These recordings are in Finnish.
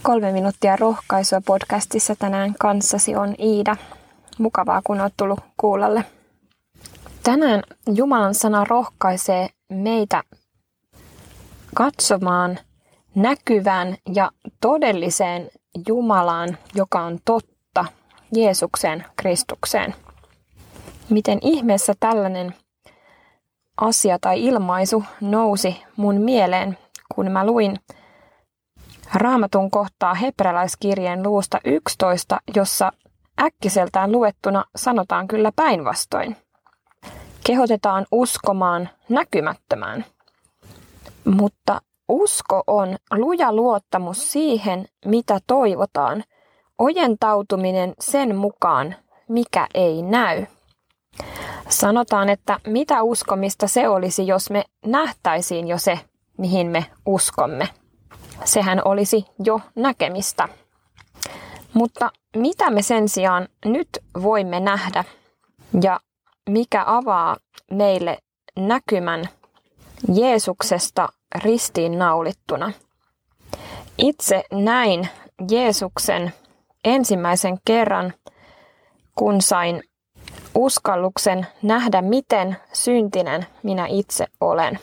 3 minuuttia rohkaisua podcastissa tänään kanssasi on Iida. Mukavaa, kun olet tullut kuulolle. Tänään Jumalan sana rohkaisee meitä katsomaan näkyvään ja todelliseen Jumalaan, joka on totta, Jeesukseen, Kristukseen. Miten ihmeessä tällainen asia tai ilmaisu nousi mun mieleen, kun mä luin Raamatun kohtaa hebrealaiskirjeen luvusta 11, jossa äkkiseltään luettuna sanotaan kyllä päinvastoin. Kehotetaan uskomaan näkymättömään. Mutta usko on luja luottamus siihen, mitä toivotaan, ojentautuminen sen mukaan, mikä ei näy. Sanotaan, että mitä uskomista se olisi, jos me nähtäisiin jo se, mihin me uskomme. Sehän olisi jo näkemistä. Mutta mitä me sen sijaan nyt voimme nähdä ja mikä avaa meille näkymän Jeesuksesta ristiin naulittuna? Itse näin Jeesuksen ensimmäisen kerran, kun sain uskalluksen nähdä, miten syntinen minä itse olen.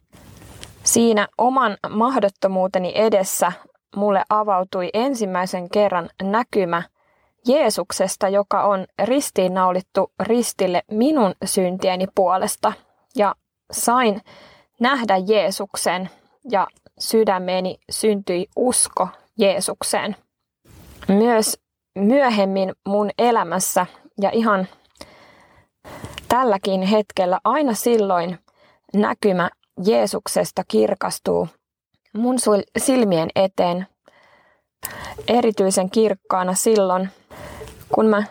Siinä oman mahdottomuuteni edessä mulle avautui ensimmäisen kerran näkymä Jeesuksesta, joka on ristiinnaulittu ristille minun syntieni puolesta. Ja sain nähdä Jeesuksen ja sydämeeni syntyi usko Jeesukseen. Myös myöhemmin mun elämässä ja ihan tälläkin hetkellä aina silloin näkymä Jeesuksesta kirkastuu mun silmien eteen erityisen kirkkaana silloin, kun mä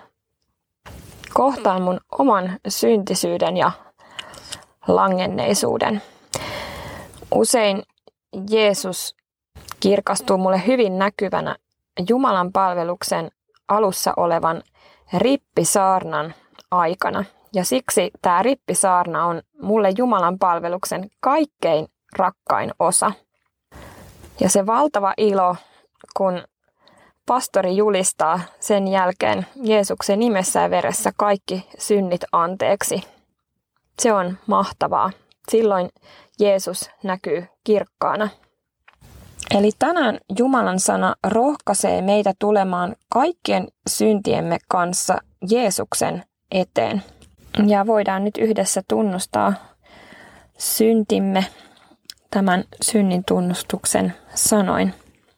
kohtaan mun oman syntisyyden ja langenneisuuden. Usein Jeesus kirkastuu mulle hyvin näkyvänä Jumalan palveluksen alussa olevan rippisaarnan aikana. Ja siksi tämä rippisaarna on mulle Jumalan palveluksen kaikkein rakkain osa. Ja se valtava ilo, kun pastori julistaa sen jälkeen Jeesuksen nimessä ja veressä kaikki synnit anteeksi. Se on mahtavaa. Silloin Jeesus näkyy kirkkaana. Eli tänään Jumalan sana rohkaisee meitä tulemaan kaikkien syntiemme kanssa Jeesuksen eteen. Ja voidaan nyt yhdessä tunnustaa syntimme tämän synnin tunnustuksen sanoin.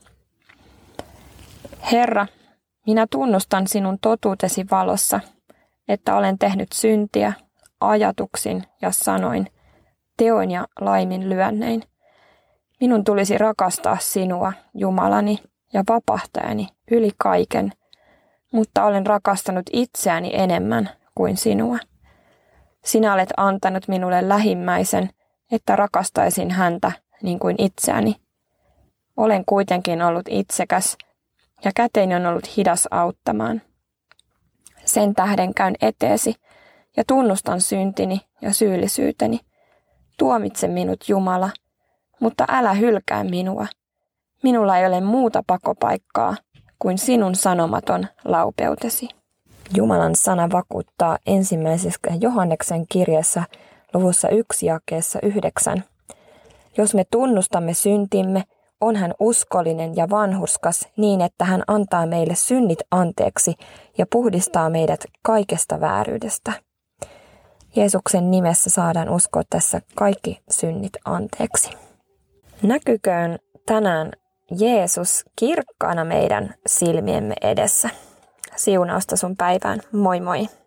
Herra, minä tunnustan sinun totuutesi valossa, että olen tehnyt syntiä ajatuksin ja sanoin, teoin ja laiminlyönnein. Minun tulisi rakastaa sinua, Jumalani ja vapahtajani yli kaiken, mutta olen rakastanut itseäni enemmän kuin sinua. Sinä olet antanut minulle lähimmäisen, että rakastaisin häntä niin kuin itseäni. Olen kuitenkin ollut itsekäs ja käteni on ollut hidas auttamaan. Sen tähden käyn eteesi ja tunnustan syntini ja syyllisyyteni. Tuomitse minut, Jumala, mutta älä hylkää minua. Minulla ei ole muuta pakopaikkaa kuin sinun sanomaton laupeutesi. Jumalan sana vakuuttaa ensimmäisessä Johanneksen kirjassa luvussa 1 jakeessa 9. Jos me tunnustamme syntimme, on hän uskollinen ja vanhurskas niin, että hän antaa meille synnit anteeksi ja puhdistaa meidät kaikesta vääryydestä. Jeesuksen nimessä saadaan uskoa tässä kaikki synnit anteeksi. Näkyköön tänään Jeesus kirkkaana meidän silmiemme edessä. Siunausta sun päivään. Moi moi!